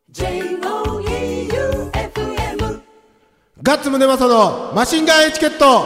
J-O-E-U-F-M ガッツムネマソのマシンガンエチケット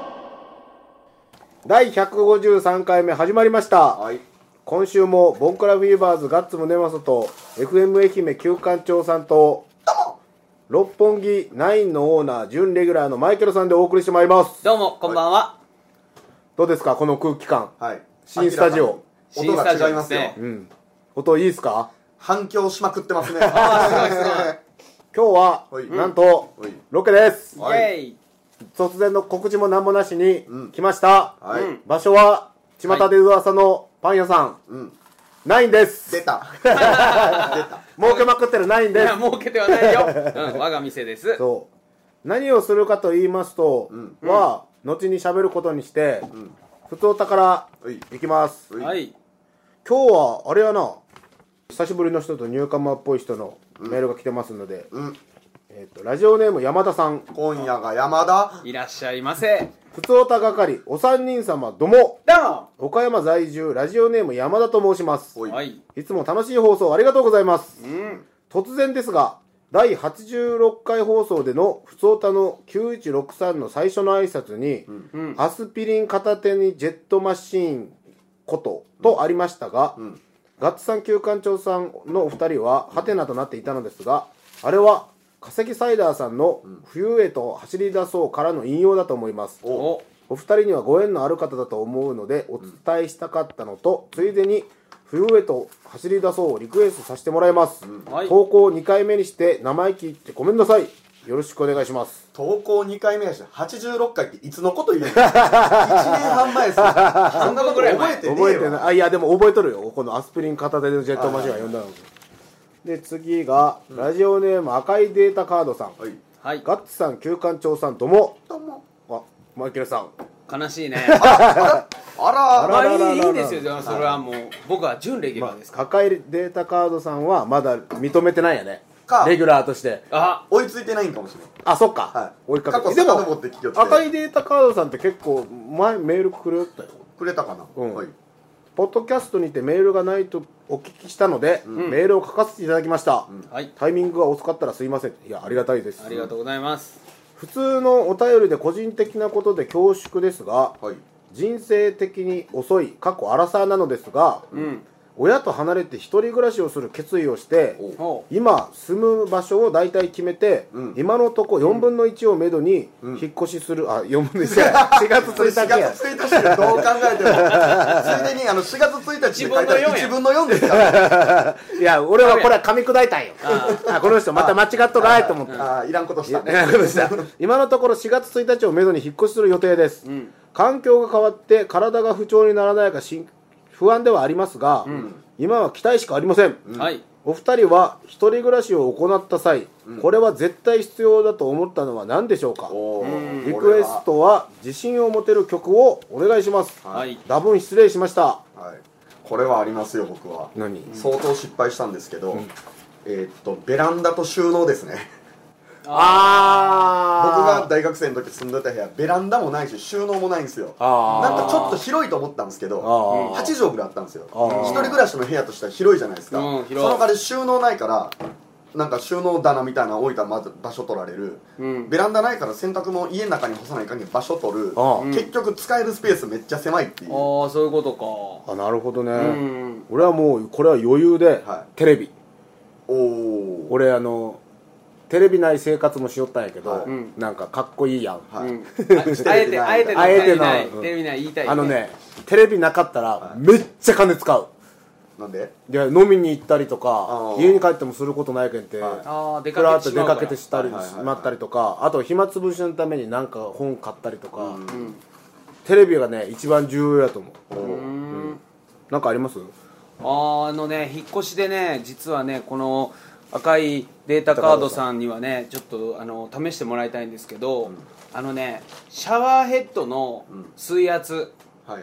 第153回目始まりました、 はい、 今週もボンクラフィーバーズガッツムネマソと FM 愛媛旧館長さんと六本木9のオーナー準レギュラーのマイケルさんでお送りしてまいります。 どうもこんばんは。 どうですかこの空気感、 はい、 新スタジオ。 音が違いますよ。 音いいですか？ 反響しまくってますね。 あーすごいすごい。 今日は、 はいなんと、 はいロケです。 イェイ。 突然の告知も何もなしに来ました、 はい、 場所は巷で噂のパン屋さん、ナインです。 出た。 儲けまくってるナインいやです。 儲けてはないよ。我が店です。 そう何をするかと言いますと、は後に喋ることにして、普通お宝はい行きます。 はい。 今日はあれやな、久しぶりの人とニューカマーっぽい人のメールが来てますので、ラジオネーム山田さん、 今夜が山田。 いらっしゃいませ。 普通おた係お三人様どうも。 どうも。 岡山在住ラジオネーム山田と申します。 はい、 はい。 いつも楽しい放送ありがとうございます。突然ですが第86回放送でのふつおたの9163の最初の挨拶に、アスピリン片手にジェットマシーンこととありましたが、ガッツさん旧館長さんのお二人はハテナとなっていたのですが、あれは化石サイダーさんの冬へと走り出そうからの引用だと思います。 お。 お二人にはご縁のある方だと思うのでお伝えしたかったのと、ついでに冬へと走り出そうをリクエストさせてもらいます、 はい投稿2回目にして生意気言ってごめんなさい。よろしくお願いします。 投稿2回目やし、86回っていつのこと言うの？1年半前ですよ。そんなこと覚えてねえ覚えてない。 わ。 あ、いやでも覚えとるよ、このアスピリン片手のジェットマシンが読んだの。で次が、ラジオネーム赤いデータカードさん、 はい、 はい。 ガッツさん旧館長さんどうも。 どうも。 あ、マイケルさん悲しいね。 あまら、 あいいですよ。でもそれはもう僕は準レギュラーですから。 赤いデータカードさんはまだ認めてないやね、 かレギュラーとして。 あ、 追いついてないんかもしれない。 あ、そっか、 はい追いかけ過去でも遡って聞きよって赤いデータカードさんって結構前メールくれたよ。 くれたかな。はい。 ポッドキャストにてメールがないとお聞きしたので、メールを書かせていただきました、 はい。 タイミングが遅かったらすいません。いやありがたいです。 ありがとうございます。 普通のお便りで個人的なことで恐縮ですが、 はい。 人生的に遅い過去アラサーなのですが、親と離れて一人暮らしをする決意をしてお。 今住む場所を大体決めて、今のとこ4分の1をめどに引っ越しする、あ、4分の1や4月1日や 4月1日でどう考えてもついでに4月1日で書いたら1分の4ですからいや俺はこれは噛み砕いたんよ。あ、この人また間違っとらないと思っていらんことしたね。 今のところ4月1日をめどに引っ越しする予定です、環境が変わって体が不調にならないか不安ではありますが、今は期待しかありません、 はい。 お二人は一人暮らしを行った際、これは絶対必要だと思ったのは何でしょうか。リクエストは自信を持てる曲をお願いします、 はい。 多分失礼しました。 はい、これはありますよ。僕は何？ 相当失敗したんですけど、ベランダと収納ですね。僕あが大学生の時住んでた部屋、ベランダもないし収納もないんですよ。 あーなんかちょっと広いと思ったんですけど、 あー 8畳ぐらいあったんですよ。 ー一人暮らしの部屋としては広いじゃないですか。そうん広いの代わり収納ないから、なんか収納棚みたいなの置いたらまず場所取られる、ベランダないから洗濯も家の中に干さないかんけど場所取る、結局使えるスペースめっちゃ狭いっていう。 ああ、そういうことか。 あ、なるほどね、 ん俺はもうこれは余裕で、 はいテレビ、 おお。 俺テレビない生活もしよったんやけど、 はいなんかかっこいいやん、 はいあえてあえてのテレビない言いたい。 テレビなかったらめっちゃ金使う。 なんで？ で飲みに行ったりとかあー家に帰ってもすることないけんて、 はいああ、出ふらかっと出かけてしまうから。 けてしたりしまったりとか、あと暇つぶしのためになんか本買ったりとか、テレビがね一番重要やと思う。なんかあります？ 引っ越しでね、実はね、この赤いデータカードさんにはね、ちょっと試してもらいたいんですけど、シャワーヘッドの水圧、 はい。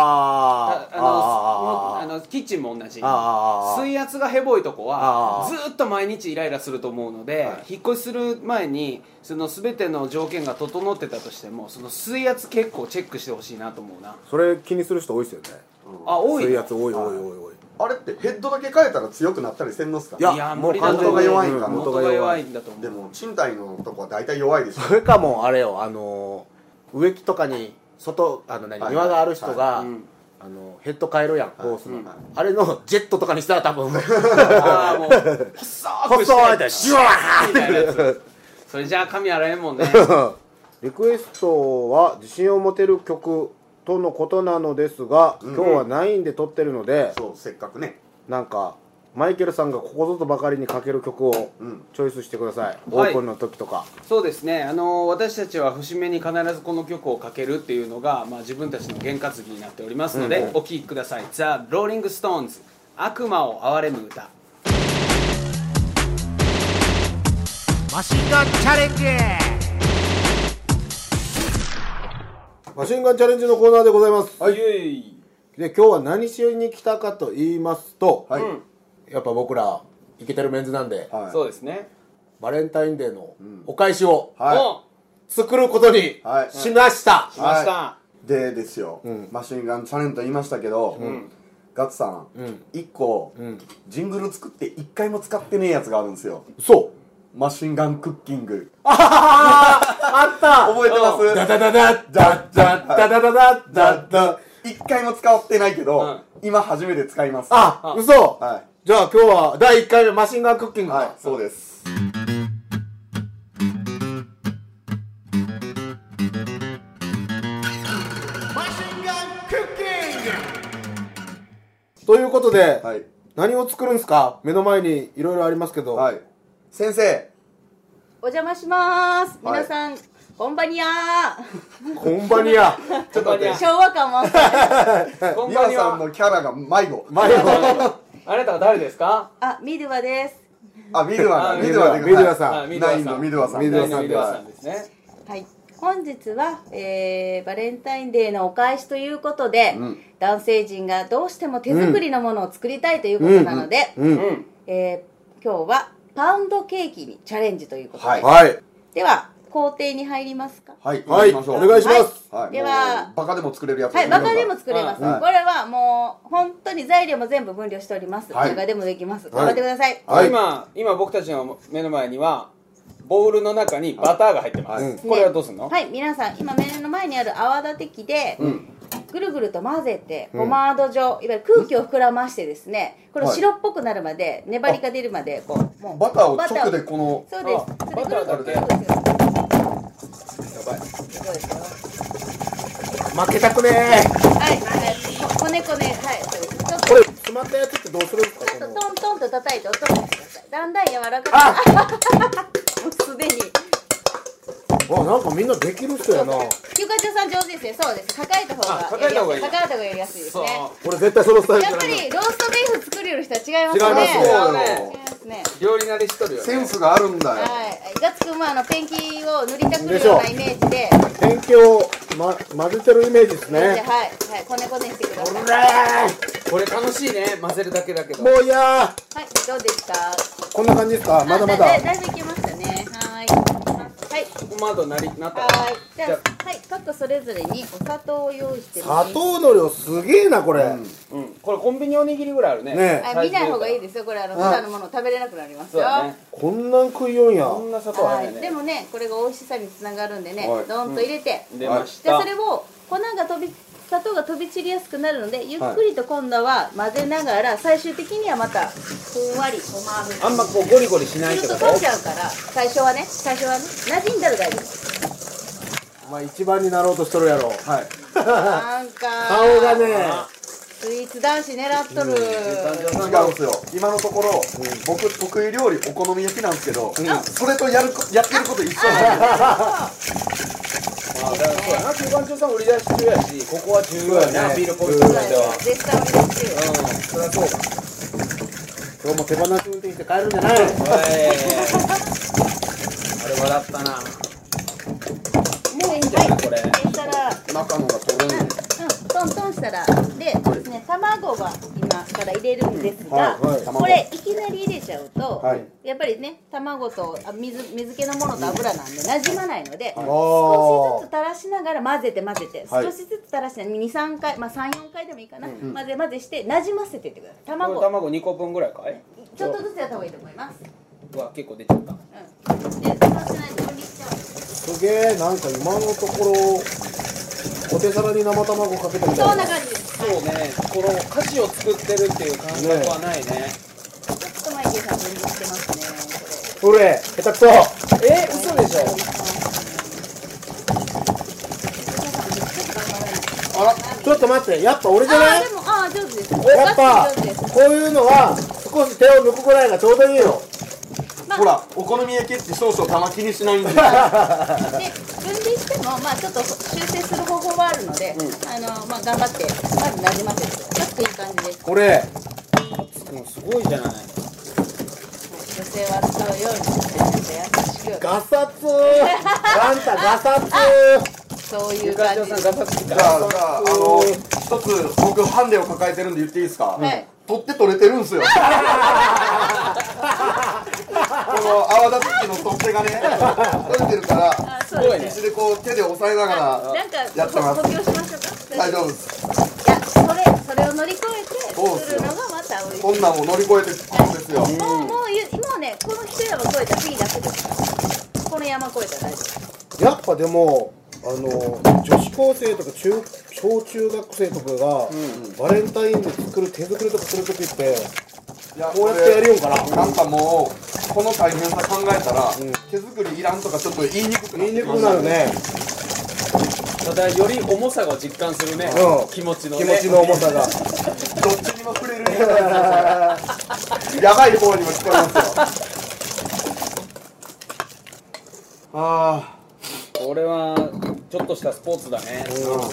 キッチンも同じ。 あー水圧がヘボいとこはあーずっと毎日イライラすると思うので、引っ越しする前にその全ての条件が整ってたとしても、その水圧結構チェックしてほしいなと思うな。 それ気にする人多いですよね。 あ、多いの？ 水圧多い多い多い多い。 あれってヘッドだけ変えたら強くなったりせんのっすか？ いやいやもう無理だと思う元が弱いんか元が弱いんだと思う。 でも賃貸のとこは大体弱いでしょ。 それかもうあれよ植木とかに外はい庭がある人が、 はいうんヘッド変えるやんホースの、 うんあれのジェットとかにしたら多分ああもう細く細いってシュワーみたいなやつそれじゃあ髪洗えんもんね。 リクエストは自信を持てる曲とのことなのですが、今日はないんで撮ってるので、 そうせっかくね。 なんかマイケルさんがここぞとばかりにかける曲をうんチョイスしてください、オはいープンの時とか。 そうですね、私たちは節目に必ずこの曲をかけるっていうのが、自分たちの験担ぎになっておりますので、お聴きください。ザ・ローリング・ストーンズ悪魔を憐れむ歌。 マシンガンチャレンジ。 マシンガンチャレンジのコーナーでございます。 はい、イエイ。 で今日は何しに来たかと言いますと、 はい、 やっぱ僕らイケてるメンズなんで、 はい、 そうですね。 バレンタインデーのお返しをは作ることにはいしました、 しました。 い。でですよ、マシンガンチャレンジと言いましたけど、ガッツさん、一個、ジングル作って一回も使ってねえやつがあるんですよ。 そうマシンガンクッキング。 あった覚えてます？ ダダダダダダダダダダダダ。 一回も使ってないけど、今初めて使います。 あ、嘘。 はじゃあ今日は第1回目マシンガンクッキンい、 グ。 はい、そうです。 マシンガンクッキング。 ということで、 はい、 何を作るんですか？目の前にいろいろありますけど。 はい。先生、 お邪魔します。 はい皆さん、こんばにゃこんばにゃ。 ちょっと待ってー。昭和感満載。 こんばんミワさんは。 のキャラが迷子。 前を。 あなたは誰ですか？ あ、ミドゥワです。 あ、ミドゥワあミドゥワでミドゥワさんあミドゥワナインのミドゥワさん。 ミドゥワさんミドゥワさんですね。 はい。本日は、バレンタインデーのお返しということで、男性陣がどうしても手作りのものを作りたいということなので、 うん。 今日はパウンドケーキにチャレンジということで、 はいはい。 では工程に入りますか？ はい、 はい。 行きましょう。 お願いします。 はい、 ではもうバカでも作れるやつ。 はい、バカでも作れます、 はいこれはもう本当に材料も全部分量しております、 はいバカでもできます、頑張ってください、 はい今僕たちの目の前にはボウルの中にバターが入ってます。 はいこれはどうすんの？ はい、皆さん今目の前にある泡立て器で、ぐるぐると混ぜてポマード状、いわゆる空気を膨らましてですね、これはい白っぽくなるまで粘りが出るまでこうもうバターを直でこのそうですあそれぐるぐるバターだけぐるぐるするやばい。 そうですよ負けたくねはいはいこねこねはいそうですちょっー。これ詰まったやつってどうするんですか？ とトントンと叩いて音を出してください。だんだん柔らかくなるもうすでにあ、なんかみんなできる人やな。 休暇中さん上手ですね。そうです。抱えた方があ抱えた方がいい抱えた方がやりやすいですそう。 ね。 俺絶対そのスタイルじやっぱゃないりローストビーフ作るより人は違いますね。 違いますそうよね違いますね。 料理慣れしとるよね。 センスがあるんだよ。 はい。ガッツくんはペンキを塗りたくるようなイメージで、 ペンキを、混ぜてるイメージですはい、 ね。 はい、こねこねしてください。 これ楽しいね。混ぜるだけだけど。 もういやはい、どうですか。 こんな感じですか？まだまだ。 だいぶいけましたね。はい。はい。 窓なったら。 はい。じゃあ、はい、各それぞれにお砂糖を用意して砂糖の量すげえな、これ。 うん。これコンビニおにぎりぐらいあるね。 ねはい、見ない方がいいですよ。これ普段のものを食べれなくなりますよ。 そうだね。 こんなん食いよんや。 こんな砂糖はい、 入るね。 でもね、これが美味しさにつながるんでね、 はいどんと入れて、 出ましじゃあた。 それを砂糖が飛び散りやすくなるので、ゆっくりと今度は混ぜながら、最終的にはまたふんわりごま油。 あんまこうゴリゴリしないっするてことと？ 飛んじゃうから、最初はね、馴染んだら大丈夫。 お前一番になろうとしとるやろ。 はい。 なんか顔がね、 スイーツ男子狙っとる。 違うんですよ。今のところ、僕得意料理お好み焼きなんですけど、それとやってること一緒なんですよ。 あ、だからそうやな。休館長さん売り出し中やし、ここは重要やな。ビールポイントとしては。 絶対売り出しよ。 そりゃそうだ。今日も手放し運転して帰るんじゃない？ おい。あれ笑ったな。もういいんじゃないこれ。 そしたら、 中のが取れんの。 トントンしたらでですね、卵が今から入入れるんですが、 はいこれいきなり入れちゃうと、 はいやっぱりね卵と水気のものと油なんで馴染まないので、 あ少しずつ垂らしながら混ぜて、 はい少しずつ垂らして23回、まあ、34回でもいいかな、混ぜして馴染ませていってください。 これ卵2個分ぐらいかい？ ちょっとずつやった方がいいと思います。 うわ結構出ちゃった。 で垂らしないと分離しちゃう。 すげえ、なんか今のところポテサラに生卵かけたみたいそんな感じです。 そうね、この菓子を作ってるっていう感覚はないね。 ちょっとマイケルさん分離してますね。 これ下手くそ。 嘘でしょ？ あらちょっと待って、やっぱ俺じゃない？ でも上手です。 やっぱ上手です。 こういうのは少し手を抜くぐらいがちょうどいいよ。 ほらお好み焼きって少々玉気にしないんでで分離してもまあちょっと修正する方法はあるので、まあ頑張ってまず馴染ませる。ちょっといい感じです。 これもうすごいじゃない。 女性は使うように優しく。 ガサツガンタガサツ。 そういうゆかちゃん感じです。 さんガサつきじゃあ一つ僕ハンデを抱えてるんで言っていいですか、 はい取って取れてるんすよこの泡立て器の取っ手がね取れてるからあ、そうですね。 必死でこう手で押さえながらなんかやってます補強しましょうか。 大丈夫ですいや、それを乗り越えてそうですよ作るのがまた美味しい。 こんなんを乗り越えて作るんですよ、 もうね、この一山越えたら次楽ですから。この山越えたら大丈夫。 やっぱでも女子高生とか小中学生とかが、バレンタインで手作りとかするときっていやこうやってやるよんかな。 なんかもうこの大変さ考えたら、手作りいらんとかちょっと言いにくくなっ言いにくくてきましたなるね。 ただより重さを実感するね、 うん気持ちのね。 気持ちの重さが。 どっちにも触れるじゃないですかやばい方にも聞こえますよあこれはちょっとしたスポーツだね。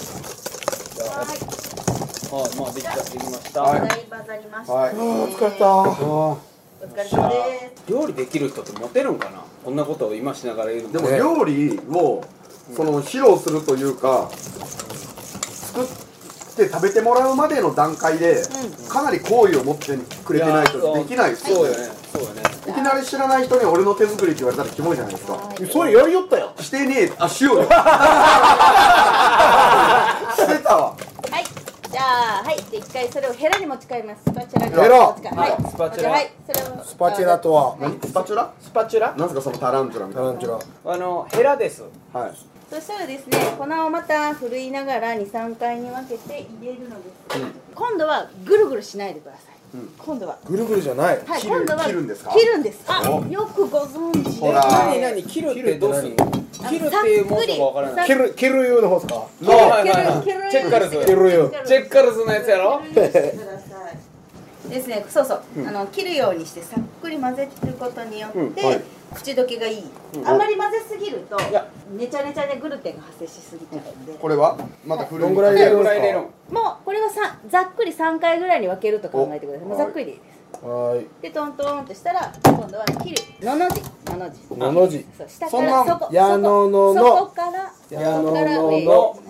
はい、まあできました。 はい大バズりました。 はい疲れた。 お疲れ様です。 料理できる人ってモテるんかな。こんなことを今しながら言うのでも料理をその披露するというか作って食べてもらうまでの段階でかなり好意を持ってくれてないとできないですよねそうよね、そうよね。 いきなり知らない人に俺の手作りって言われたらキモいじゃないですかそれやりよったよ。 してねえあしようよしてたわはい。じゃあ、はい。で、一回それをヘラに持ち帰ります。スパチュラに。 ヘラはい。 スパチュラはい。それを。 スパチュラとは何スパチュラスパチュラ？ なんすかそのタランチュラみたいなタランチュラ。 ヘラです。 はいそしたらですね、粉をまたふるいながら2、3回に分けて入れるのです。今度はぐるぐるしないでください。今度は。 ぐるぐるじゃない。 はい。 切る今度は切るんですか切るんです。あ、 およくご存知で。 ほら何切るってどうするの？切るっていうものがわからない。 ケルユーの方ですか。 はいはいはい切るチェッカルズ。 ケルユー。 チェッカルズのやつやろ？ ですね、そうそう、切るようにしてさっくり混ぜることによって、 はい口どけがいい、あんまり混ぜすぎるといやねちゃねちゃでグルテンが発生しすぎちゃうんで、 これはまた古いどんぐらい入れるんぐですか。 らい入れるん。 もうこれはざっくり3回ぐらいに分けると考えてください。もうざっくりでいいです。 はい。 でトントンとしたら今度は切るのの字のの字。 そう下そんなからそこやのののそこからやののの上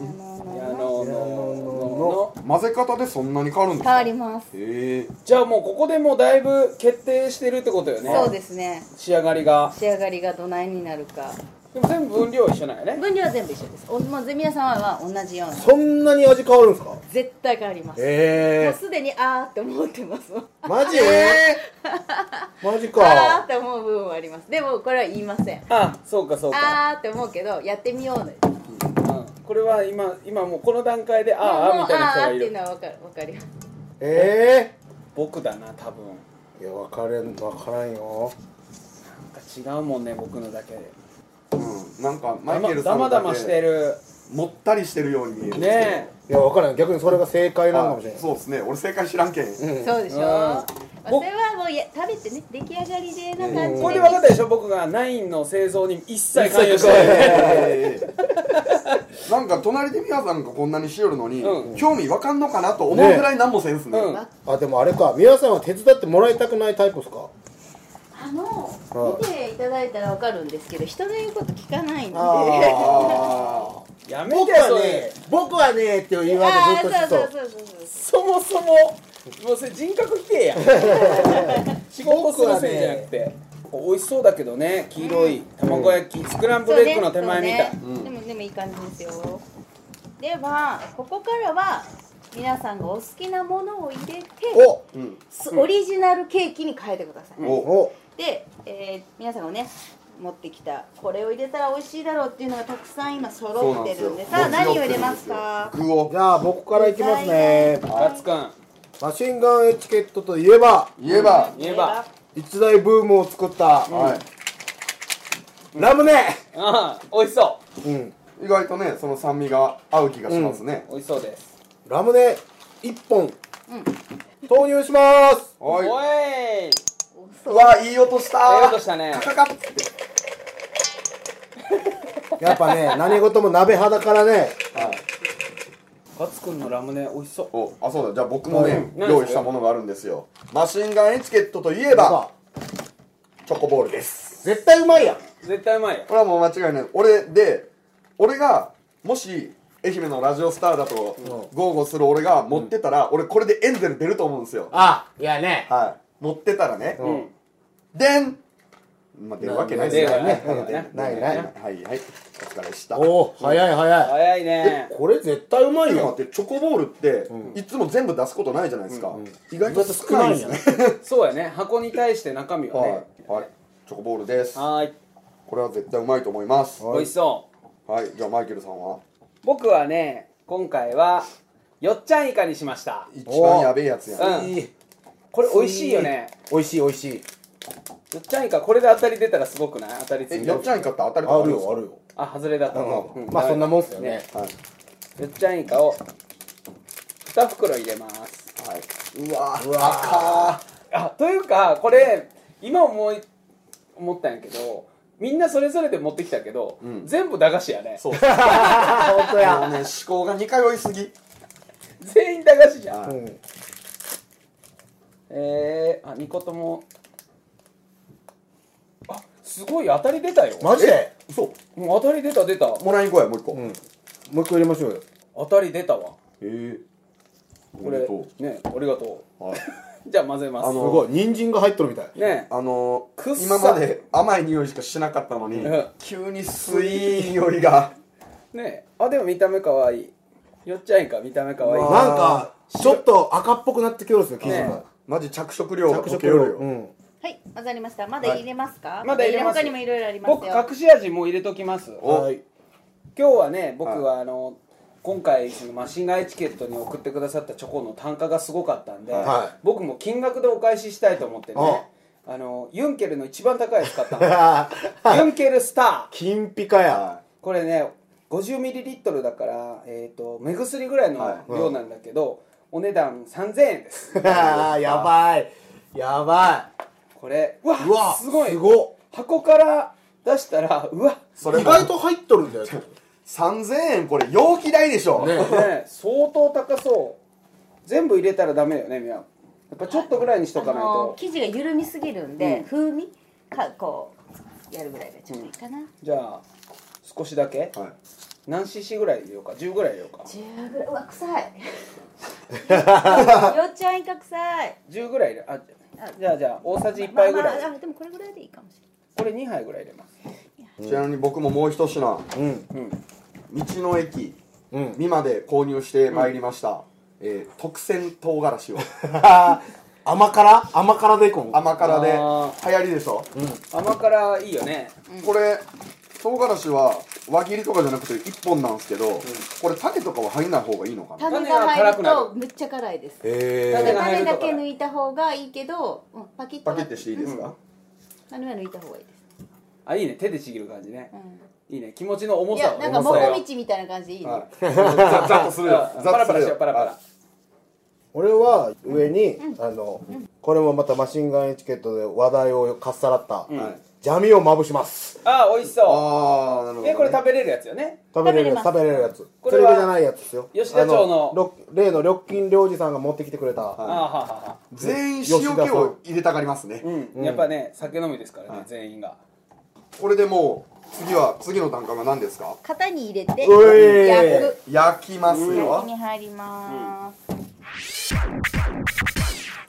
の混ぜ方でそんなに変わるんですか変わります。 へえじゃあもうここでもうだいぶ決定してるってことよね。 そうですね。 仕上がりが。 仕上がりがどないになるか。 でも全部分量一緒なんよね。 分量は全部一緒です。もう皆さんは同じような。 そんなに味変わるんですか。 絶対変わります。もうえすでにあーって思ってます。 マジ？マジあーかっ。て思う部分はあります。でもこれは言いません。 あ、そうかそうか。 あーって思うけどやってみようね。 これは今もうこの段階でああみたいな人がいる。 あーっていうのはわかります。 僕だな多分。 いやわからんよ。 なんか違うもんね僕のだけで。 うんなんかマイケルさダんだマダマしてける。 もったりしてるように見えるんですけどねいやわからん。逆にそれが正解なのかもしれない。 そうですね俺正解知らんけんそうでしょ。それはもう食べてね出来上がりでな感じで。 これで分かったでしょ僕がナインの製造に一切関与してない。 なんか隣で皆さんがこんなにしよるのに、 うん興味わかんのかなと思うぐらい何もせんすねうんあでもあれか。皆さんは手伝ってもらいたくないタイプですか。 見ていただいたらわかるんですけど人の言うこと聞かないんで。 あやめ僕てそれはねっていう言い訳ずっとしと。 そう。 そもそももうそれ人格否定やん仕事するせいじゃなくて、美味しそうだけどね、黄色い卵焼き、スクランブルエッグの手前みたい、 そうねでもいい感じですよ。ではここからは皆さんがお好きなものを入れてオリジナルケーキに変えてください。で、皆さんがね持ってきたこれを入れたら美味しいだろうっていうのがたくさん今揃ってるんで、さあ何を入れますか？ 具を。 じゃあ僕からいきますね。 ガッツくんマシンガンエチケットといえば言えば一大ブームを作ったラムネ。 ああ美味しそ意外とねその酸味が合う気がしますね。 う、美味しそうです。 ラムネ1本投入します。 おいうわいい音したええ音したね。 カカカって。 やっぱね何事も鍋肌からね。 ガッツくんのラムネ美味しそう。 あそうだ、じゃあ僕もねうん用意したものがあるんですよ。マシンガンエチケットといえばチョコボールです。 絶対うまいやん。 絶対うまいよ。 これはもう間違いない。俺がもし愛媛のラジオスターだと豪語する俺が持ってたら、俺これでエンゼル出ると思うんですよ。 いやね。 はい持ってたらね、 んでんまあ出るわけないですよね。 ないはいはいお疲れでした。 おお早い早い。 早いね。 これ絶対うまいよ。 でも待って、チョコボールっていつも全部出すことないじゃないですか。意外と少ないんですね。 そうやね、箱に対して中身はね。 はいチョコボールです。 はいこれは絶対うまいと思います。 美味しそう。 はいじゃあマイケルさんは僕はね今回はよっちゃんイカにしました。 一番やべえやつやうんこれ美味しいよね。 美味しい美味しい。 よっちゃんイカこれで当たり出たらすごくない？当たりついよっちゃんイカって当たりとかああるんですか？ るよあるよ。 あ外れだったの。 まあそんなもんっすよね。 はいよっちゃんイカを2袋入れます。 はい。うわうわあというかこれ今思ったんやけど、みんなそれぞれで持ってきたけど、全部駄菓子やね。 そう本当や。 もうね思考が似通いすぎ。 全員駄菓子じゃん。 はい 2個ともすごい当たり出たよ。 マジで？ 嘘。 もう当たり出たもらいに行こうやもう一個。 もう一個入れましょうよ。 当たり出たわ。 ここれねありがとう。 はい。 じゃあ混ぜます。 すごい人参が入っとるみたい。 ねくっさ今まで甘い匂いしかしなかったのに急にスイー匂いが。 ねでも見た目かわいい。よっちゃんイカ見た目かわいい。 なんかちょっと赤っぽくなってきよるんですよ生地が。 マジ着色料が着色溶けるよ。 料。 はい混ざりました。まだ入れますか？ まだ入れます。 他にもいろいろありますよ。 僕隠し味も入れときます。 はい。 今日はね僕は今回そのマシンガンエチケットに送ってくださったチョコの単価がすごかったんで、 はい僕も金額でお返ししたいと思ってねユンケルの一番高いやつ買ったのユンケルスター。 金ピカや。 これね 50ml だから目薬ぐらいの量なんだけど、お値段3000円ですやばいやばこれうい。うわすごいすご箱から出したらうわい。意外と入っとるんだよ。 3000円これ容器代でしょ。 ねね相当高そう。全部入れたらダメよねみや。やっぱちょっとぐらいにしとかないと。 生地が緩みすぎるんで、風味かこうやるぐらいがちょうどいいかな。 じゃあ少しだけ、 はい。 何 cc ぐらい入れようか。10ぐらい入れようか。 10ぐらいうわ臭いよっちゃんイカ臭い。 10ぐらい入れじゃあ大さじ1杯ぐらい、 でもこれぐらいでいいかもしこれ2杯ぐらい入れます。 ちなみに僕ももう一品道の駅美馬で購入してまいりました特選唐辛子を甘辛でいこう。 甘辛で流あ行りでしょ。 甘辛いいよね。 これ唐辛子は輪切りとかじゃなくて1本なんですけど、これ種とかは入んない方がいいのかな。 れない。種が入るとめっちゃ辛いです。 種が入ると種だけ抜いた方がいいけど、パキッとパキッてしていいですか？ 種は抜いた方がいいです。 いいね、手でちぎる感じね。いいね、気持ちの重いさをやなんかもこみちみたいな感じでいいね。 ざっとするよ。 パラパラしようパラパラ。 俺は上にこれもまたマシンガンエチケットで話題をかっさらったジャミをまぶします。 美味しそう。 ああなるほどね。 これ食べれるやつよね。 食べれるやつ。 これは釣り具じゃないやつですよ。 吉田町の例の緑金領事さんが持ってきてくれた。 全員塩気を入れたがりますね。 やっぱね酒飲みですからね全員が。 これでもう次の段階は何ですか？ 型に入れてうえ焼く。 焼きますよ。 焼きに入ります。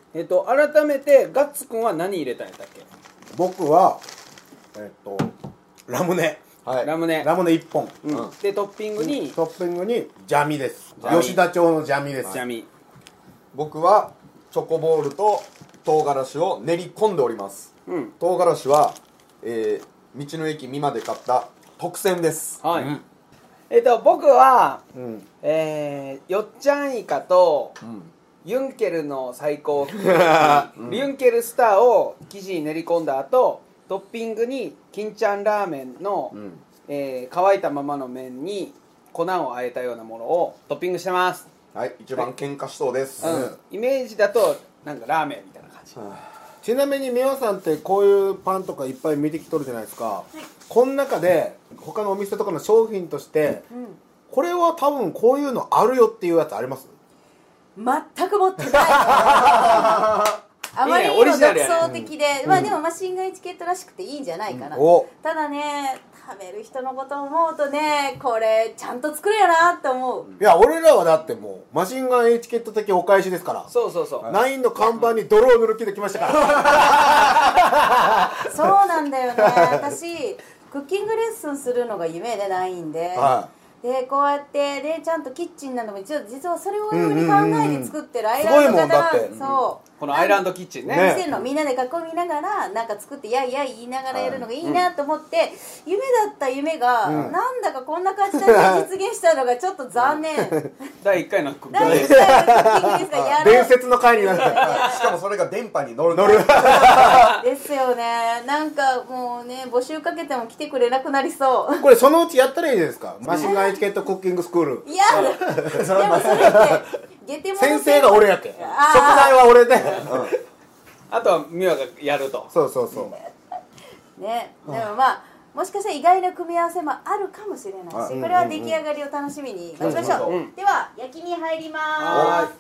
改めてガッツくんは何入れたんやったっけ？ 僕はラムネ、 はい、 ラムネ 1本、 でトッピングにジャミです。吉田町のジャミです。 ジャミ。 僕はチョコボールと唐辛子を練り込んでおります、唐辛子は、道の駅美馬で買った特選です。 はい、僕は、よっちゃんイカと、ユンケルの最高級ユンケルスターを生地に練り込んだ後、トッピングに金ちゃんラーメンの、乾いたままの麺に粉をあえたようなものをトッピングしてます。 はい、一番喧嘩しそうです、 イメージだとなんかラーメンみたいな感じ、 ちなみに美輪さんってこういうパンとかいっぱい見てきとるじゃないですか、この中で他のお店とかの商品として、これは多分こういうのあるよっていうやつあります？ 全く持ってないあまりにも独創的で、まあでもマシンガンエチケットらしくていいんじゃないかな、ただね、食べる人のことを思うとね、これちゃんと作るよなって思う。 いや、俺らはだってもうマシンガンエチケット的お返しですから。 そうそうそう、 ナインの看板に泥を塗る気で来ましたからそうなんだよね。私クッキングレッスンするのが夢でないんで、でこうやってね、ちゃんとキッチンなのも実はそれをように考えて作ってるアイランド方が、そうこのアイランドキッチンね、 してるのみんなで囲みながらなんか作ってやいやい言いながらやるのがいいなと思って、夢だった夢が、なんだかこんな感じで実現したのがちょっと残念第1回のクッキング第1回のクッキングですがやろう伝説の回になるしかもそれが電波に乗るですよね。なんかもうね、募集かけても来てくれなくなりそうこれそのうちやったらいいじゃないですか、マシンガンエチケットクッキングスクール。 いやでもそれってゲテモノ先生が俺やけ、食材は俺であとはミワがやると。 そうそうそうね、でもまあもしかしたら意外な組み合わせもあるかもしれないし、これは出来上がりを楽しみに待ちましょう。では焼きに入ります。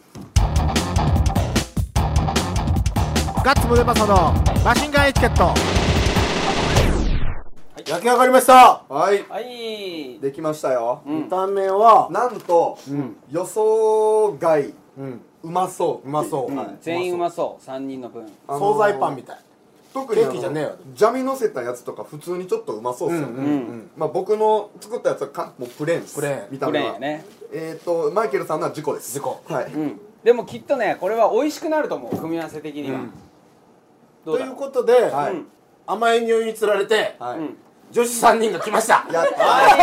ガッツムデパソのマシンガンエチケット。 焼き上がりました。 はいはい、 できましたよ、 見た目はなんと、予想外、うまそう、 うまそう、 全員うまそう、3人の分。 惣菜パンみたい。 特にケーキじゃねえよ。 ジャミ乗せたやつとか普通にちょっとうまそうっすよね。まあ僕の作ったやつはもうプレーンです。見た目はプレーンやね。 マイケルさんのは自己です。 自己。 はい。 でもきっとね、これは美味しくなると思う、組み合わせ的には。 ということで、甘い匂いにつられて、女子3人が来ました。 やった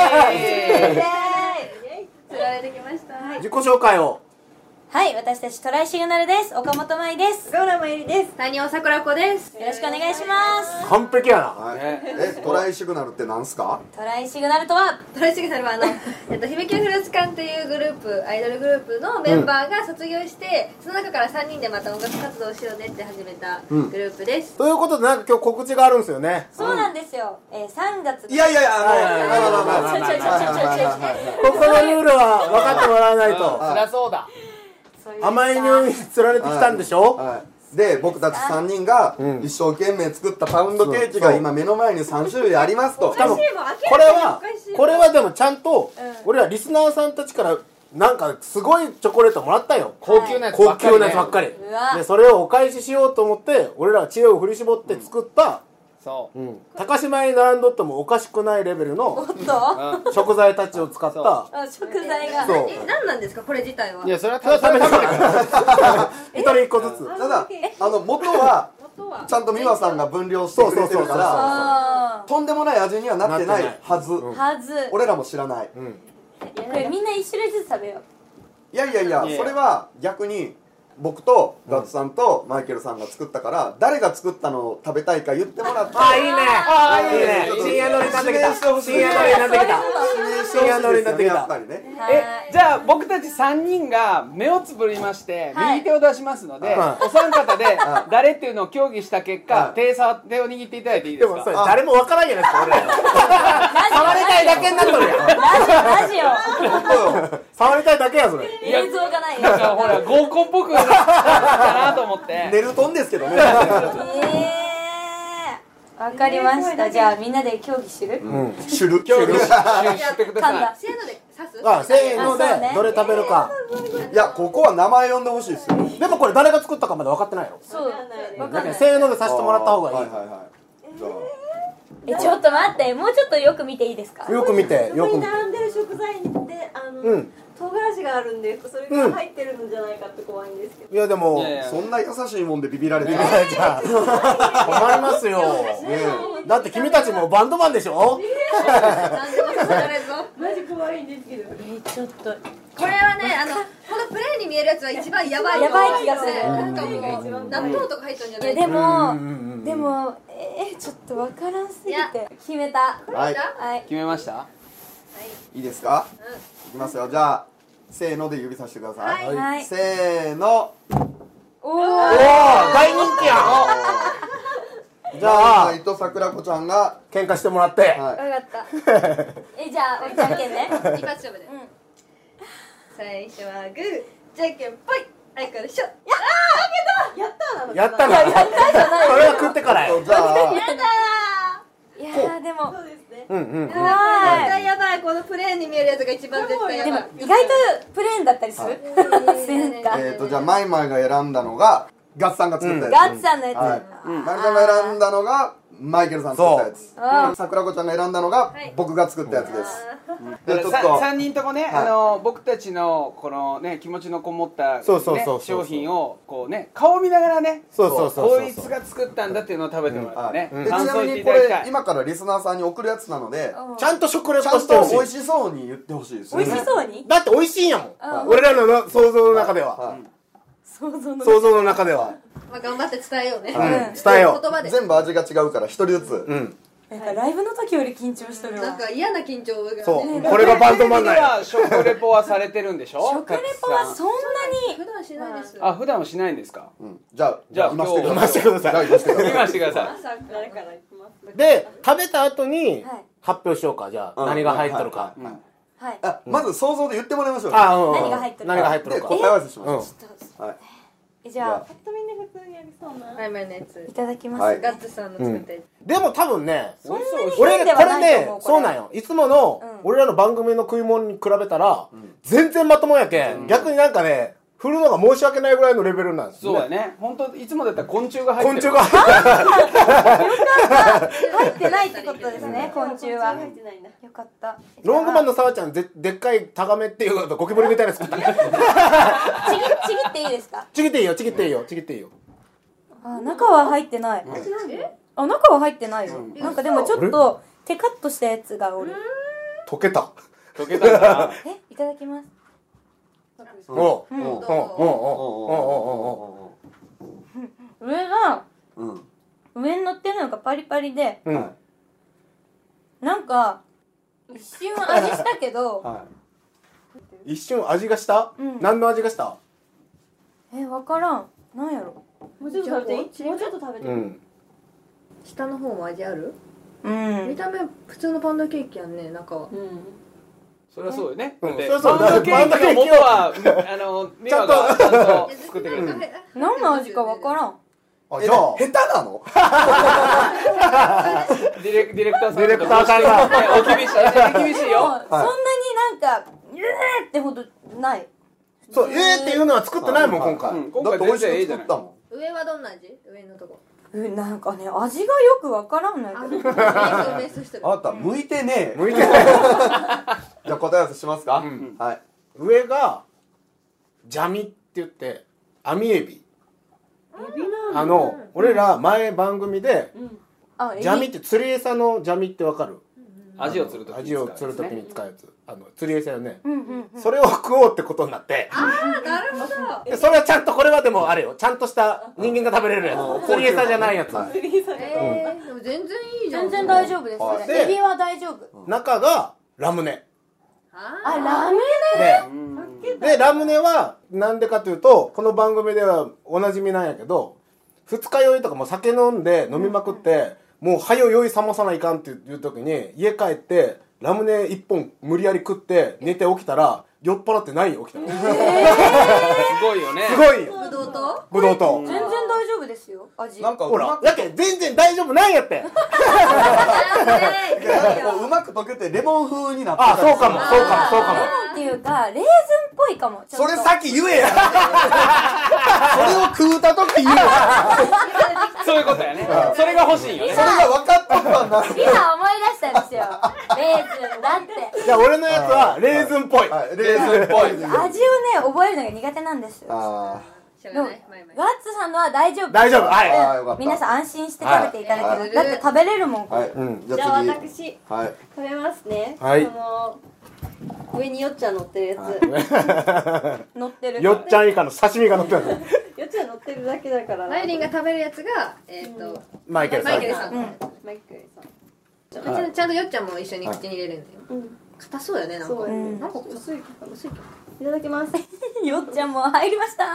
つられてきました。 自己紹介を。 はい、私たちトライシグナルです。岡本舞です。 ローラマユリです。 谷尾桜子です。よろしくお願いします。 完璧やな。 トライシグナルってなんすか？ トライシグナルとは、トライシグナルは姫木フルーツ館というグループ、アイドルグループのメンバーが卒業して、その中から3人でまた音楽活動をしようねって始めたグループです。 ということで、なんか今日告知があるんですよね。 そうなんですよ。3月。 いやいやいや、 ここのルールは分かってもらわないと。 そりゃそうだ。 甘い匂いにつられてきたんでしょ。 で僕たち3人が一生懸命作ったパウンドケーキが今目の前に3種類ありますと。 しかもこれはでもちゃんと俺らリスナーさんたちからなんかすごいチョコレートもらったよ。 高級なやつばっかりで、それをお返ししようと思って俺らは知恵を振り絞って作った高島屋に並んどってもおかしくないレベルの食材たちを使った食材が何なんですかこれ自体は。 いや、それは食べてくれ。 一人一個ずつ。 ただ元はちゃんと美和さんが分量してくれてるからとんでもない味にはなってないはず。俺らも知らない。 これみんな1種類ずつ食べよう。 いやいやいや、それは逆に僕とガッツさんとマイケルさんが作ったから誰が作ったのを食べたいか言ってもらって。 あ、いいね、いいね。深夜乗りになってきた。深夜乗りになってきた。深夜乗りになってきた。 じゃあ僕たち3人が目をつぶりまして右手を出しますので、お三方で誰っていうのを協議した結果、手を握っていただいていいですか？ でもそれ誰もわからんじゃないですか、俺ら。触りたいだけになっとるやん。 ラジオ触りたいだけやそれ。 映像がないよ。 なんかほら合コンっぽくなったなと思って。 寝るとんですけどね。 わかりました。じゃあみんなで協議する？ 知る。 協議してください。 せーのであ、せーのでどれ食べるか。 いや、ここは名前呼んでほしいですよ。 でもこれ誰が作ったかまだ分かってないよ。 そうだけどせーのでさせてもらった方がいい。 はいはいはい。じゃあちょっと待って、もうちょっとよく見ていいですか？ よく見て、よく見て。 並んでる食材で唐辛子があるんで、それが入ってるんじゃないかって怖いんですけど。 いやでも、 そんな優しいもんでビビられてる。 じゃあ困りますよ。だって君たちもバンドマンでしょ。 なんでもさせられるぞ。 マジ怖いんですけど。 ちょっとこれはね、このプレーに見えるやつは一番やばい気がする。 なんかもう納豆とか入ったんじゃない？ でもちょっとわからんすぎて決めた。 はい。 決めました？ いいですか？いきますよ。じゃあせーので指さしてください。 はい。 せーの。 おお、大人気や。じゃあ、 伊藤桜子ちゃんが喧嘩してもらって。 はい。 わかった。じゃあじゃんけんね。 一発勝負で。最初はグー、じゃんけんぽい。はいからしょ。 やったな。それは食ってからよ。 じゃあいやでも絶対やばい。このプレーに見えるやつが一番絶対やばい。 意外とプレーンだったりする。 じゃあマイマイが選んだのがガッツさんが作ったやつ。 ガッツさんのやつ。 はい。マイちゃんが選んだのがマイケルさん作ったやつ。桜子ちゃんが選んだのが僕が作ったやつです。でちょっと 3人ともね、僕たちのこのね気持ちのこもった商品をこうね顔見ながらね、こいつが作ったんだっていうのを食べてもらってね。 ちなみにこれ今からリスナーさんに送るやつなので、 ちゃんと食レポちゃんしてほしい。 と美味しそうに言ってほしいです。 美味しそうに。 だって美味しいんやもん。俺らの想像の中では。想像の中では。 まあ頑張って伝えようね。 伝えよう。 全部味が違うから一人ずつ。 ライブの時より緊張してるわ。 なんか嫌な緊張がね。 そう。これがバンドマンなんや。 食レポはされてるんでしょ？ 食レポはそんなに普段しないです。 あ、普段はしないんですか？ じゃあ今してください。 今してください。 朝から行きます。 で、食べた後に発表しようか。じゃあ何が入ってるか。 はい。 まず想像で言ってもらいましょう。 何が入ってるか。 何が入ってるか。 答え合わせします。 じゃあみんな普通にやりそうな。 マイマイのやつ。 いただきます。 ガッツさんの作ったやつ。 でも多分ね、 俺これね、そうなんよ。いつもの俺らの番組の食い物に比べたら全然まともやけん。逆になんかね、振るのが申し訳ないぐらいのレベルなんですね。 そうだね。本当いつもだったら昆虫が入ってる。 昆虫が入ってないってことですね。昆虫は入ってないんだ。よかった。 ロングマンの沢ちゃんでっかいタガメっていうゴキブリみたいなやつ作った。 ちぎっていいですか？ ちぎっていいよ、ちぎっていいよ、ちぎっていいよ。 あ、中は入ってない。あ、中は入ってないよ。なんかでもちょっとテカッとしたやつがおる。 溶けた。 溶けたな。 いただきます。上に乗ってるのがパリパリで、なんか一瞬味したけど、 一瞬味がした？何の味がした？ わからん。なんやろ。もうちょっと食べていい？もうちょっと食べていい？ 下の方も味ある？ 見た目普通のパンダケーキやんね、中は。 それはそうよね。 そうパンダケーキの元はミワがちゃんと作ってくれる。 何の味かわからん。 じゃあ下手なの？ ディレクターさん。 ディレクターさんがお厳しい。厳しいよ。 そんなになんかってほどない。 そう、っていうのは作ってないもん今回。 今回全然いいじゃない。 上はどんな味？上のとこ。 なんかね、味がよくわからんないけど。 あなた向いてねえ。 向いてない。 じゃあ答え合わせしますか？はい。 上がジャミって言って網エビ。俺ら前番組でジャミって釣り餌のジャミってわかる？ アジを釣る時に使うやつ。釣り餌よね。それを食おうってことになって。 なるほど。 それはちゃんとこれはでもあれよ。ちゃんとした人間が食べれるやつ。釣り餌じゃないやつ。 でも全然いいじゃん。 全然大丈夫です。エビは大丈夫。 中がラムネ。 ラムネでラムネはなんでかというとこの番組ではおなじみなんやけど二日酔いとかも酒飲んで飲みまくってもう早酔い冷まさないかんっていう時に家帰ってラムネ1本無理やり食って寝て起きたら酔っ払ってないよ起きたらすごいよね。 すごいよ。 ぶどうと全然大丈夫ですよ味。 なんかほらだけ全然大丈夫ないやってこううまく溶けてレモン風になってたりそうかもそうかもそうかも。 レモンっていうかレーズンっぽいかも。 それさっき言えやそれを食うた時言えやそういうことやね。それが欲しいよね。 それが分かったんだ今思い出したんですよ。レーズンだって。 じゃあ俺のやつはレーズンっぽい。 レーズンっぽい味をね覚えるのが苦手なんですよ。 しょうがないガッツさんのは大丈夫。 大丈夫。はい。 よかった皆さん安心して食べていただける。だって食べれるもん。 はいじゃあ私はい食べますね。 はいこの上によっちゃん乗ってるやつ。 乗ってる。 よっちゃん以下の刺身が乗ってる。 よっちゃん乗ってるだけだから。 マイリンが食べるやつがマイケルさん。 マイケルさんマイケルさん。 ちゃんとよっちゃんも一緒に口に入れるんだよ硬そうよねなんかそうなんか薄いか薄いか。いただきます。 よっちゃんも入りました。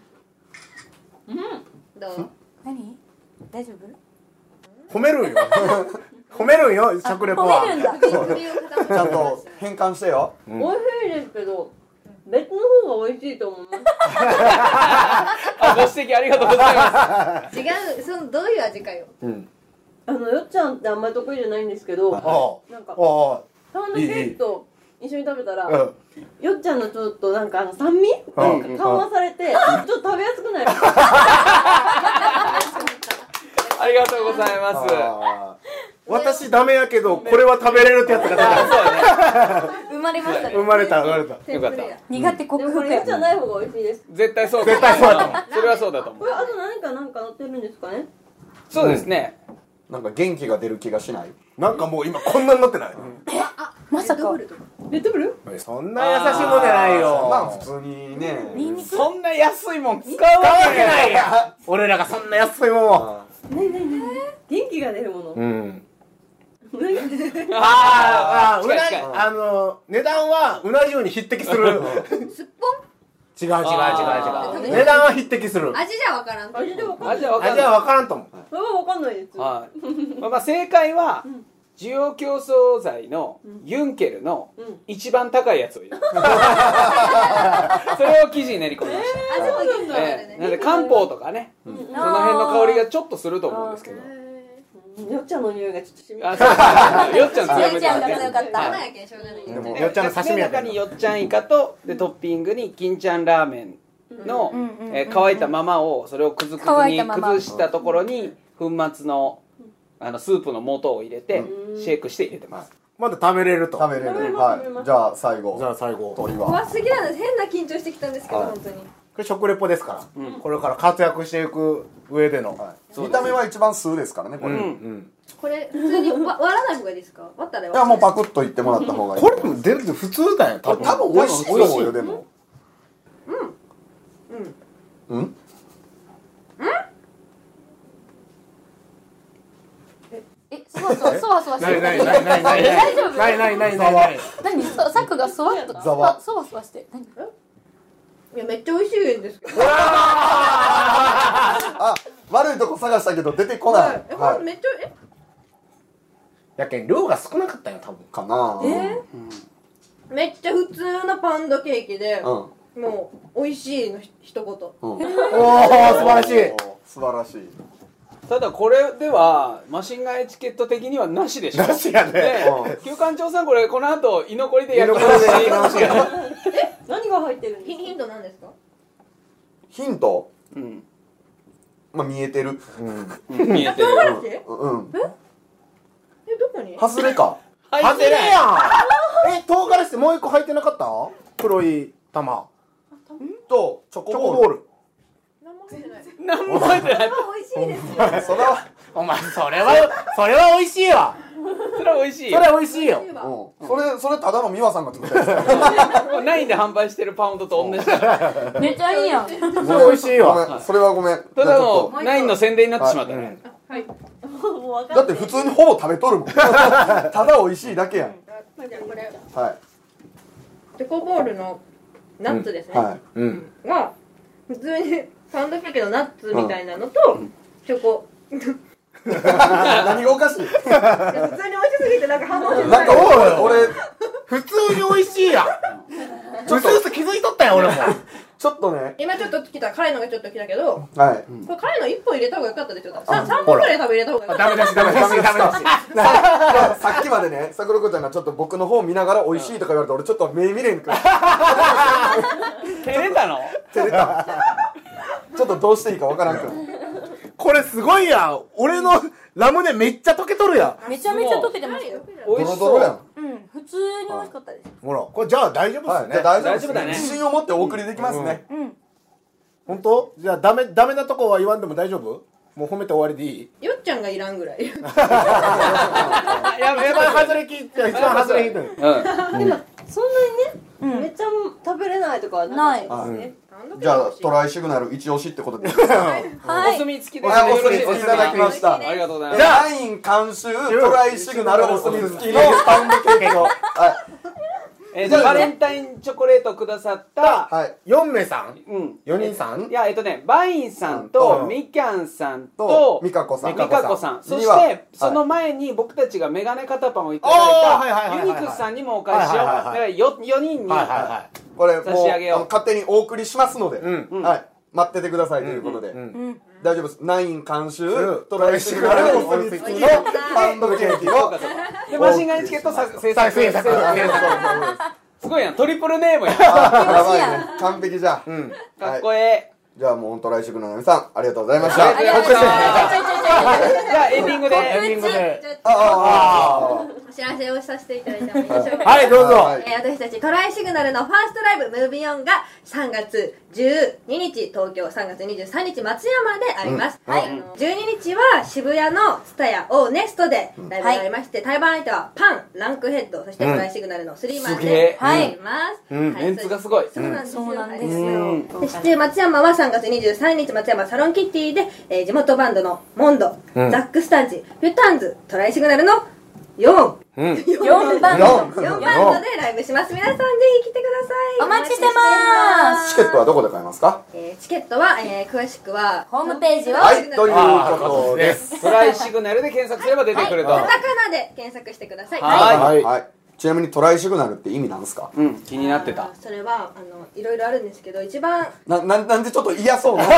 どう何？大丈夫？ 褒めるんよ。褒めるんよ、食レポは。 褒めるんだ。 ちゃんと変換してよ美味しいですけど別の方が美味しいと思います。 ご指摘ありがとうございま違うそのどういう味かよよっちゃんってあんまり得意じゃないんですけど、なんかおパウンドケーキと一緒に食べたら、 うんよっちゃんのちょっとなんか酸味なんか緩和されて、ちょっと食べやすくなります。 す。ありがとうございます。 私ダメやけどこれは食べれるってやつが出た。 生まれましたね。 生まれた生まれた。 よかった。 苦手克でもこ服やれよっちゃんない方が美味しいです。 絶対そうだ。 絶対そうだと思う。 それはそうだと思う。 これあと何かなんか乗ってるんですかね。 そうですね。 なんか元気が出る気がしないなんかもう今こんなになってない。 まさかレッドブル？ そんな優しいもんじゃないよ。 まあ普通にねニンニクそんな安いもん使う使うわわけけないや。俺らがそんな安いもんを。 元気が出るもの。 うん。 あうな近い近い値段はうな重に匹敵する。 すっぽん違う値段は匹敵する。 味じゃわからん味でわかんない。 味は分かんない。 味は分からんと思う。 それはわかんないです。 はい。まあ正解は需要競争剤のユンケルの一番高いやつを入れる。それを生地に練り込みました。 味も元気が出るねなので漢方とかね、その辺の香りがちょっとすると思うんですけど。 よっちゃんの匂いがちょっと染み。 あ、そうよっちゃん強めよっちゃんが強かった生やけんしょうがないでもよっちゃんの刺身やから中によっちゃんイカとでトッピングに金ちゃんラーメンの乾いたままをそれをくずくずに乾いたまま崩したところに粉末のスープの素を入れてシェイクして入れてます。 まだ食べれると。 食べれ食べれるます食べれますじゃあ最後じゃあ最後。 鳥は怖すぎなんです変な緊張してきたんですけど本当にこれ食レポですから。これから活躍していく上での。 見た目は一番数ですからねこれこれ普通に割らない方がいいですか割ったらいやもうパクッといってもらった方がいいこれでも全然普通だよ。多分。 多分美味しいと思うよでもうんそわそわしてる。 ない大丈夫？ ない。 何？サクがそわっとそわそわして。何？ いやめっちゃ美味しいんですけどあ悪いとこ探したけど出てこないこれめっちゃやけん量が少なかったよ多分。 かなめっちゃ普通のパウンドケーキでうんもう美味しいの一言うんおお素晴らしい。 素晴らしいただこれではマシンガンエチケット的にはなしでしょ。 なしやね。 旧館長さんこれこの後居残りでやる居残りでやり直しや何が入ってるんですか。 ヒントなんですかヒントうんまあ見えてる見えてる。 うんどこに外れか外れやん。唐辛子ってもう一個入ってなかった？黒い玉。 とチョチョコボールコボール。 何も入ってない何も入ってない。 美味しいですよそれはお前それは美味しいわ。 それは美味しいよ。 それは美味しいよ。 それただの美和さんが作ったやつナインで販売してるパウンドと同じだ。 めっちゃいいやん。 それ美味しいわ。 ごめんそれはごめんただじゃあちょのナインの宣伝になってしまったね。 っとだって普通にほぼ食べとるもんただ美味しいだけやんじゃあこれはいチョコボールのナッツですね、 はいうん。 が普通にパウンドケーキのナッツみたいなのと、チョコ何がおかしい普通に美味しすぎてなんか反応してなんか俺普通に美味しいやん。うすうす気づいとったよ俺も。 ちょっとね、 今ちょっと来た、辛いのがちょっと来たけど、 はい。 これ辛いの1本入れた方がよかったですよ。3本くらい多分入れた方がよかった。 ダメだしダメだしダメだしさっきまでね、さくらこちゃんがちょっと僕の方見ながら美味しいとか言われて、俺ちょっと目見れんくらい。 照れたの？ 照れた。ちょっとどうしていいかわからんくらい。 これすごいやん。俺のラムネめっちゃ溶けとるやん。 めちゃめちゃ溶けてますよ。 ドロドロやん。 普通に美味しかったです。 ほら、これじゃあ大丈夫ですね。 じゃあ大丈夫大丈夫だね自信を持ってお送りできますね。 本当？じゃあダメなとこは言わんでも大丈夫？もう褒めて終わりでいい？ よっちゃんがいらんぐらい。 いや、一番外れ聞いて、一番外れ聞いてる。 でもそんなにね、めっちゃ食べれないとかはないですね。 じゃあトライシグナル一押しってことでいいですか？ お墨付きではい、お墨よろしいですか？ 付きいただきました。 ありがとうございます。 じゃあ、ワイン監修トライシグナルお墨付きのパウンドケーキを。はい。 じゃあバレンタインチョコレートくださったはい。 4名さんうん 4人さんいやバインさんとみきゃんさんとみかこさん。 みかこさんそしにはてその前に僕たちがメガネ肩パンをいただいたユニクスさんにもお返しをだから4人にこれも差し上げようう勝手にお送りしますので、 うんはい。待っててくださいということで。 うん大丈夫です。ナイン監修トライシグナルお墨付きのパウンドケーキを。 でマシンガンチケット制作制作すごいやんトリプルネームややばいね。完璧じゃん。 かっこええじゃあもうトライシグナルの皆さん、ありがとうございました。 ありがとうございますじゃあエンディングでエンディングでお知らせをさせていただいてもいいでしょうか。 はい、どうぞ。 私たちトライシグナルのファーストライブムービーオンが3月12日東京3月23日松山であります、12日は渋谷のスタヤオーネストでライブがありまして、対バン相手はパン、ランクヘッド、そしてトライシグナルのスリーマンであります、 メンツがすごいそうなんですよ、 そうなんですよ。 そして松山は3月23日松山サロンキッティで、地元バンドのモンド、ザックスタンチ、フュタンズ、トライシグナルの4バンドでライブします。皆さんぜひ来てください。 お待ちしてます。 チケットはどこで買えますか？ チケットは、詳しくはホームページを。 はい、ということです。 トライシグナルで検索すれば出てくるとカタカナで検索してください。 はいはい。ちなみにトライシグナルって意味なんですか？ 気になってたそれはいろいろあるんですけど、一番なんでちょっと嫌そうな。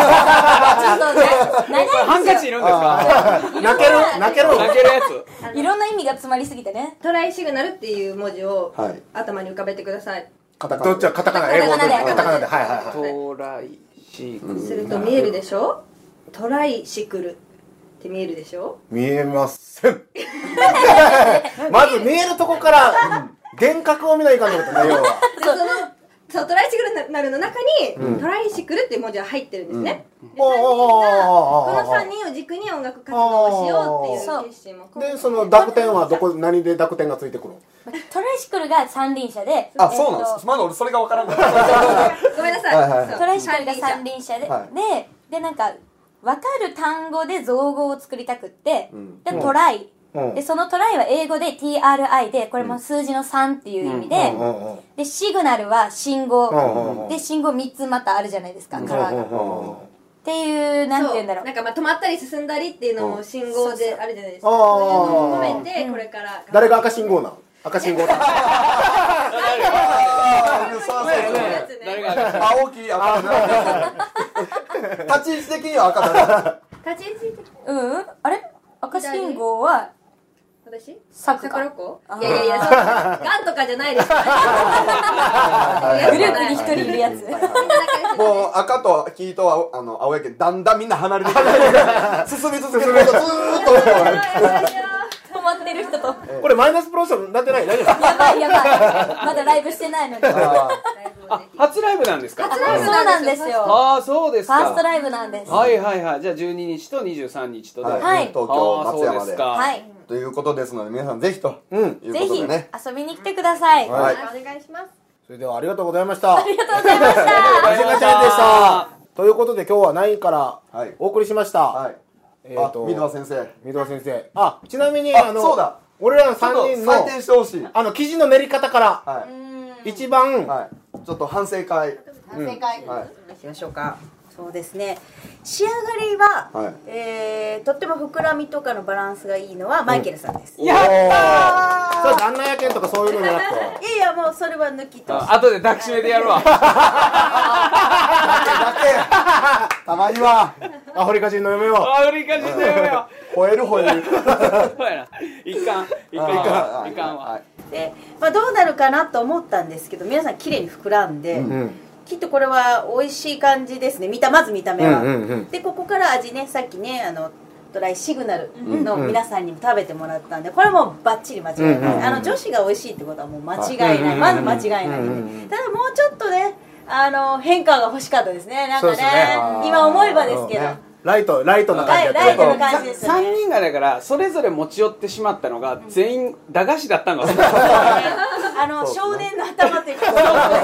ハンカチいるんですか？ 泣ける泣けるやついろんな意味が詰まりすぎてね。 トライシグナルっていう文字をはい頭に浮かべてください。 カタカナ。 どっちはカタカナ、英語でカタカナで、はいはいはい。 トライシグすると見えるでしょ。トライシクルって見えるでしょ。 見えません。まず見えるとこから幻覚を見ないかんってことね、要は。 そうトライシグナルの中に、トライシクルっていう文字が入ってるんですね。でおー 3人がこの3人を軸に音楽活動をしようっていう決心も込めて。 で、その濁点は何で濁点がついてくるの？ トライシクルが三輪車で。 あ、そうなんです。まだ俺それがわからんかった。 ごめんなさい。そうトライシクルが三輪車で。 はで、なんか、わかる単語で造語を作りたくって、で、トライ。で、そのトライは英語で TRI で、これも数字の3っていう意味で、で、シグナルは信号。で、信号3つまたあるじゃないですか、カラーが。っていう、なんて言うんだろう。 なんか止まったり進んだりっていうのも信号であるじゃないですか。そういうのを込めて、これから。 誰が赤信号なの？赤信号だ。 誰が青き赤だ。立ち位置的には赤だ。 立ち位置あれ赤信号は、 私桜子いやそうガンとかじゃないですグループに一人いるやつ。 もう赤と黄とは青やけどだんだんみんな離れてきて進み続けることずーっと止まってる人と。 これマイナスプロモーションなってない？大丈夫？ やばい。まだライブしてないのに。 初ライブなんですか？ そうなんですよ。 ああそうですか。 ファーストライブなんです。 はいじゃあ12日と23日とではい東京松山ではいということですので皆さんぜひというぜひことでね。 遊びに来てください。 はいお願いします。 それではありがとうございました。 ありがとうございました。 マシンガンチャレンでした。ということで今日は9位からはいお送りしました。 はい。あ、三輪先生。 三輪先生。あ、ちなみにそうだ。 俺らの3人の採点してほしい。 生地の練り方からはい。 一番はい。ちょっと反省会。 反省会はい。 しましょうか。そうですね。仕上がりは、 はとっても膨らみとかのバランスがいいのはマイケルさんです。 やったー。それ旦那やけんとかそういうのじゃなくて。 いやいやもうそれは抜きと。 後で抱きしめてやるわ。 たまにはアフリカ人の嫁をアフリカ人の嫁を吠えるそうやないかんわ。 で、どうなるかなと思ったんですけど、皆さん綺麗に膨らんで、きっとこれは美味しい感じですね。まず見た目は、でここから味ね、さっきねドライシグナルの皆さんにも食べてもらったんで、これもバッチリ間違いない。女子が美味しいってことはもう間違いない。まず間違いない。ただもうちょっとね、変化が欲しかったですね。なんかね、今思えばですけど、 ライトな感じライトな感じですよね。 3人がだからそれぞれ持ち寄ってしまったのが全員駄菓子だったのが少年の頭というか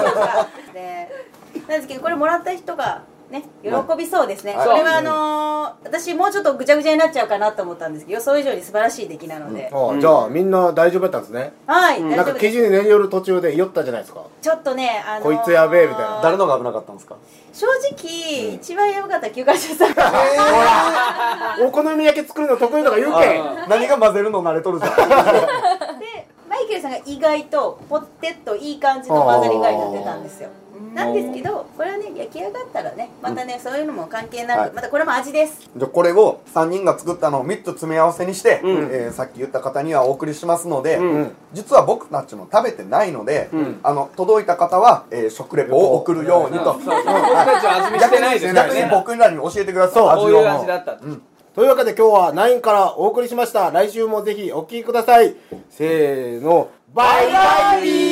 なんですけど、これもらった人がね、喜びそうですね。これは私もうちょっとぐちゃぐちゃになっちゃうかなと思ったんですけど、予想以上に素晴らしい出来なので。 じゃあみんな大丈夫だったんですね。 はい、 なんか生地に練り寄る途中で酔ったじゃないですか。 ちょっとね、 こいつやべえみたいな。 誰のが危なかったんですか？ 正直一番やばかった休暇中さん。 お好み焼き作るの得意とか言うけ。 何が混ぜるの慣れとるじゃん。 でマイケルさんが意外とポテッといい感じの混ざり具合になってたんですよ。なんですけど、これはね、焼き上がったらね、またね、そういうのも関係なく、またこれも味です。 じゃあこれを3人が作ったのを3つ詰め合わせにして、さっき言った方にはお送りしますので、実は僕たちも食べてないので、届いた方は、食レポを送るようにと。 僕たちは味見してないです。 逆に僕らに教えてください。 こういう味だった。 というわけで今日は9からお送りしました。来週もぜひお聴きください。せーの、バイバイビー。